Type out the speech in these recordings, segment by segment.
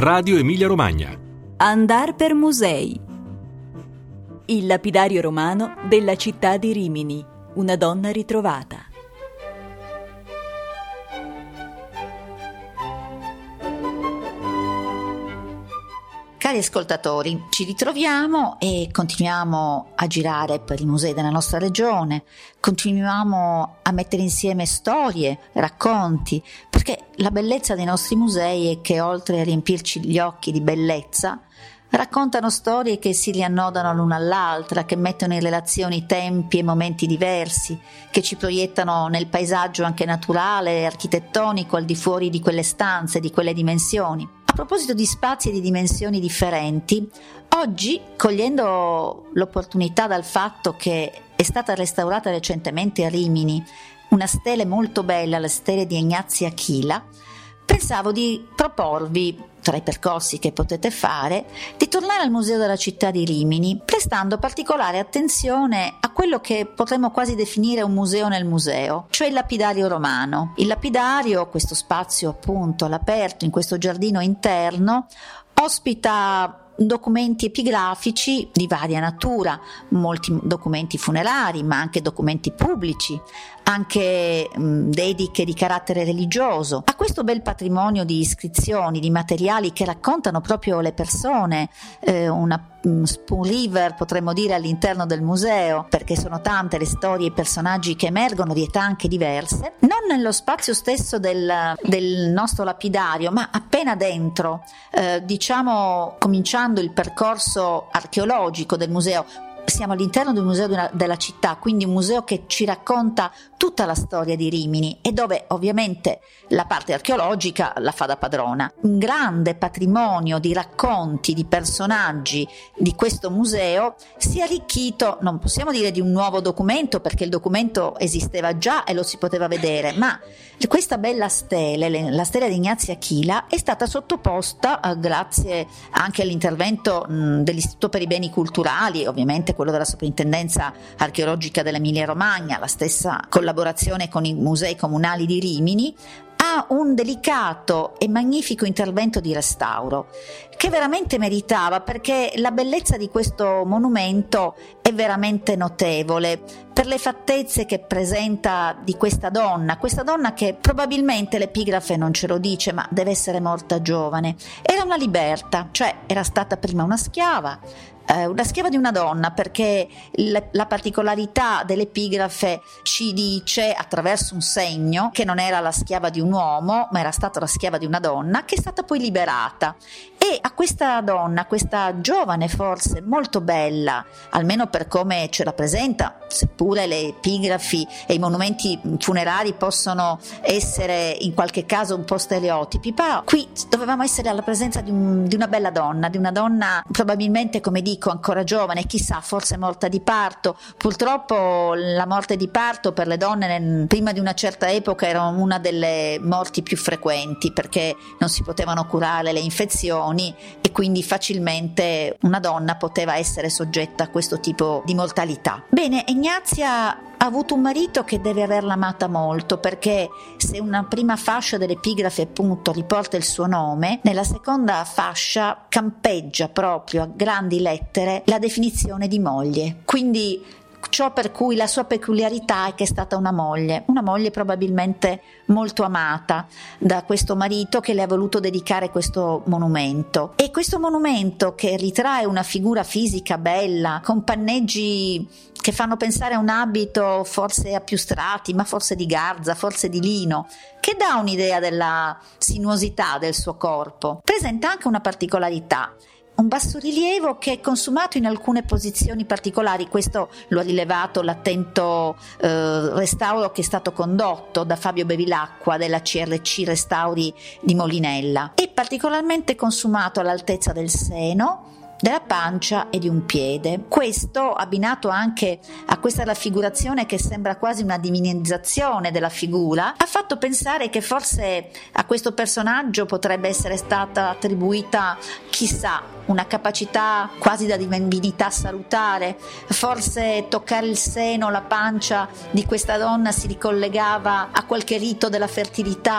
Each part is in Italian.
Radio Emilia Romagna. Andar per musei. Il lapidario romano della città di Rimini, una donna ritrovata. Cari ascoltatori, ci ritroviamo e continuiamo a girare per i musei della nostra regione, continuiamo a mettere insieme storie, racconti, perché la bellezza dei nostri musei è che oltre a riempirci gli occhi di bellezza, raccontano storie che si riannodano l'una all'altra, che mettono in relazione tempi e momenti diversi, che ci proiettano nel paesaggio anche naturale e architettonico al di fuori di quelle stanze, di quelle dimensioni. A proposito di spazi e di dimensioni differenti, oggi, cogliendo l'opportunità dal fatto che è stata restaurata recentemente a Rimini una stele molto bella, la stele di Ignazia Chila, pensavo di proporvi, tra i percorsi che potete fare, di tornare al Museo della città di Rimini, prestando particolare attenzione a quello che potremmo quasi definire un museo nel museo, cioè il lapidario romano. Il lapidario, questo spazio appunto all'aperto in questo giardino interno, ospita documenti epigrafici di varia natura, molti documenti funerari, ma anche documenti pubblici, anche dediche di carattere religioso. A questo bel patrimonio di iscrizioni, di materiali che raccontano proprio le persone, una spoon river potremmo dire all'interno del museo, perché sono tante le storie e i personaggi che emergono di età anche diverse, non nello spazio stesso del nostro lapidario, ma appena dentro, diciamo cominciando il percorso archeologico del museo. Siamo all'interno del museo della città, quindi un museo che ci racconta tutta la storia di Rimini e dove ovviamente la parte archeologica la fa da padrona. Un grande patrimonio di racconti, di personaggi di questo museo si è arricchito, non possiamo dire di un nuovo documento perché il documento esisteva già e lo si poteva vedere, ma questa bella stele, la stele di Ignazia Chila, è stata sottoposta grazie anche all'intervento dell'Istituto per i Beni Culturali, ovviamente quello della Soprintendenza Archeologica dell'Emilia Romagna, la stessa collaborazione con i musei comunali di Rimini, a un delicato e magnifico intervento di restauro che veramente meritava, perché la bellezza di questo monumento è veramente notevole per le fattezze che presenta di questa donna che probabilmente l'epigrafe non ce lo dice, ma deve essere morta giovane. Era una liberta, cioè era stata prima una schiava di una donna, perché la particolarità dell'epigrafe ci dice attraverso un segno che non era la schiava di un uomo, ma era stata la schiava di una donna che è stata poi liberata. E a questa donna, questa giovane forse molto bella, almeno per come ce la presenta, seppure le epigrafi e i monumenti funerari possono essere in qualche caso un po' stereotipi, però qui dovevamo essere alla presenza di una bella donna, di una donna probabilmente, come dico, ancora giovane, chissà, forse morta di parto. Purtroppo la morte di parto per le donne prima di una certa epoca era una delle morti più frequenti, perché non si potevano curare le infezioni e quindi facilmente una donna poteva essere soggetta a questo tipo di mortalità. Bene, Ignazia ha avuto un marito che deve averla amata molto, perché se una prima fascia dell'epigrafe appunto riporta il suo nome, nella seconda fascia campeggia proprio a grandi lettere la definizione di moglie. Quindi ciò per cui la sua peculiarità è che è stata una moglie probabilmente molto amata da questo marito, che le ha voluto dedicare questo monumento. E questo monumento, che ritrae una figura fisica bella, con panneggi che fanno pensare a un abito forse a più strati, ma forse di garza, forse di lino, che dà un'idea della sinuosità del suo corpo, presenta anche una particolarità. Un bassorilievo che è consumato in alcune posizioni particolari. Questo lo ha rilevato l'attento restauro che è stato condotto da Fabio Bevilacqua della CRC Restauri di Molinella. È particolarmente consumato all'altezza del seno, della pancia e di un piede. Questo, abbinato anche a questa raffigurazione che sembra quasi una divinizzazione della figura, ha fatto pensare che forse a questo personaggio potrebbe essere stata attribuita, chissà, una capacità quasi da divinità salutare. Forse toccare il seno, la pancia di questa donna si ricollegava a qualche rito della fertilità.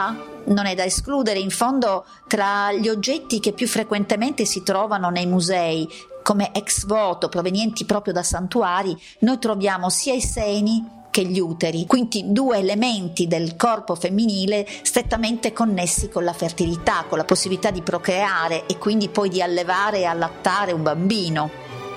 non è da escludere. In fondo, tra gli oggetti che più frequentemente si trovano nei musei come ex voto provenienti proprio da santuari, noi troviamo sia i seni che gli uteri, quindi due elementi del corpo femminile strettamente connessi con la fertilità, con la possibilità di procreare e quindi poi di allevare e allattare un bambino.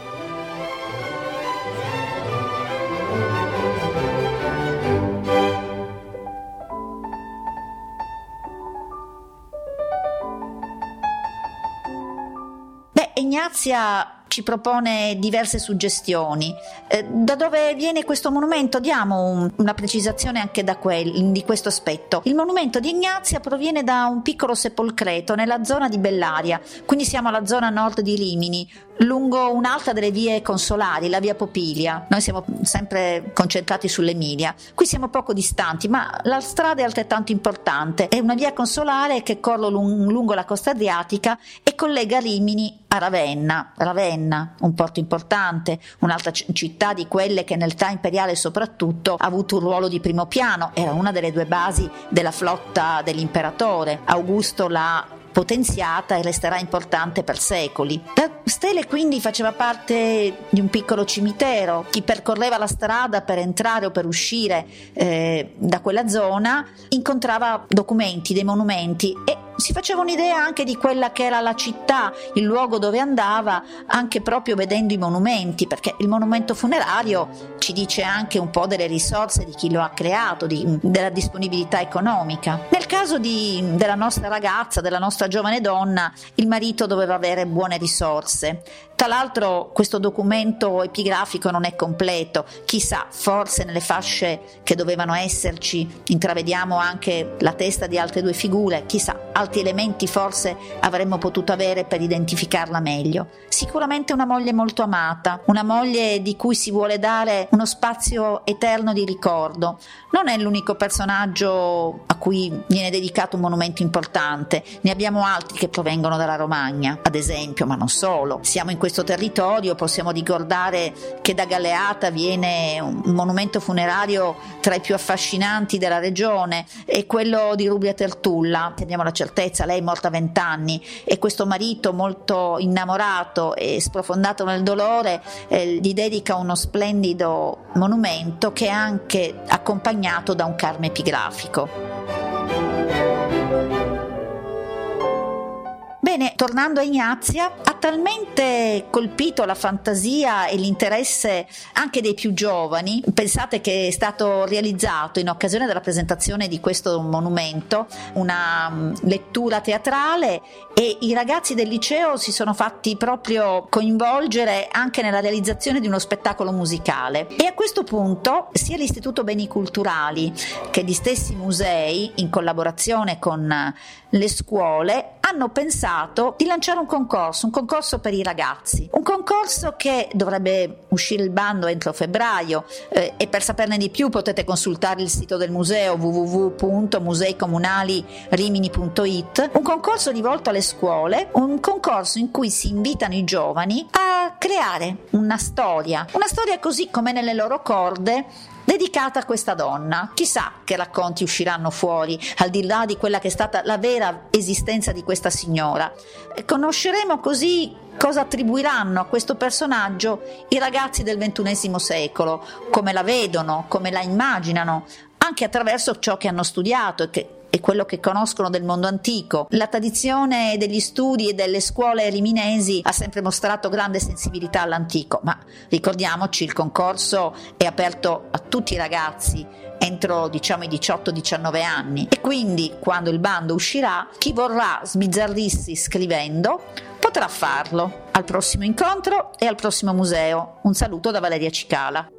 Ignazia ci propone diverse suggestioni. Da dove viene questo monumento? Diamo una precisazione anche di questo aspetto. Il monumento di Ignazia proviene da un piccolo sepolcreto nella zona di Bellaria, quindi siamo alla zona nord di Rimini, lungo un'altra delle vie consolari, la via Popilia. Noi siamo sempre concentrati sull'Emilia, qui siamo poco distanti, ma la strada è altrettanto importante. È una via consolare che corre lungo la costa adriatica e collega Rimini a Ravenna, un porto importante, un'altra città di quelle che nell'età imperiale soprattutto ha avuto un ruolo di primo piano, era una delle due basi della flotta dell'imperatore. Augusto l'ha potenziata e resterà importante per secoli. La Stele quindi faceva parte di un piccolo cimitero. Chi percorreva la strada per entrare o per uscire da quella zona incontrava documenti, dei monumenti, e si faceva un'idea anche di quella che era la città, il luogo dove andava, anche proprio vedendo i monumenti, perché il monumento funerario ci dice anche un po' delle risorse di chi lo ha creato, della disponibilità economica. Nel caso della nostra ragazza, della nostra giovane donna, il marito doveva avere buone risorse. Tra l'altro questo documento epigrafico non è completo, chissà, forse nelle fasce che dovevano esserci intravediamo anche la testa di altre due figure, chissà, altri elementi forse avremmo potuto avere per identificarla meglio. Sicuramente una moglie molto amata, una moglie di cui si vuole dare uno spazio eterno di ricordo. Non è l'unico personaggio a cui viene dedicato un monumento importante, ne abbiamo altri che provengono dalla Romagna, ad esempio, ma non solo. Siamo in questo territorio, possiamo ricordare che da Galeata viene un monumento funerario tra i più affascinanti della regione, è quello di Rubia Tertulla. Abbiamo la certezza, lei è morta a 20 anni e questo marito molto innamorato e sprofondato nel dolore gli dedica uno splendido monumento che è anche accompagnato da un carme epigrafico. Bene, tornando a Ignazia, ha talmente colpito la fantasia e l'interesse anche dei più giovani. Pensate che è stato realizzato in occasione della presentazione di questo monumento una lettura teatrale e i ragazzi del liceo si sono fatti proprio coinvolgere anche nella realizzazione di uno spettacolo musicale. E a questo punto sia l'Istituto Beni Culturali che gli stessi musei, in collaborazione con le scuole, hanno pensato di lanciare un concorso per i ragazzi, un concorso che dovrebbe uscire il bando entro febbraio e per saperne di più potete consultare il sito del museo www.museicomunalirimini.it. Un concorso rivolto alle scuole, un concorso in cui si invitano i giovani a creare una storia così come nelle loro corde, dedicata a questa donna. Chissà che racconti usciranno fuori, al di là di quella che è stata la vera esistenza di questa signora. Conosceremo così cosa attribuiranno a questo personaggio i ragazzi del XXI secolo, come la vedono, come la immaginano, anche attraverso ciò che hanno studiato e quello che conoscono del mondo antico. La tradizione degli studi e delle scuole riminesi ha sempre mostrato grande sensibilità all'antico, ma ricordiamoci, il concorso è aperto a tutti i ragazzi entro i 18-19 anni e quindi quando il bando uscirà chi vorrà sbizzarrirsi scrivendo potrà farlo. Al prossimo incontro e al prossimo museo. Un saluto da Valeria Cicala.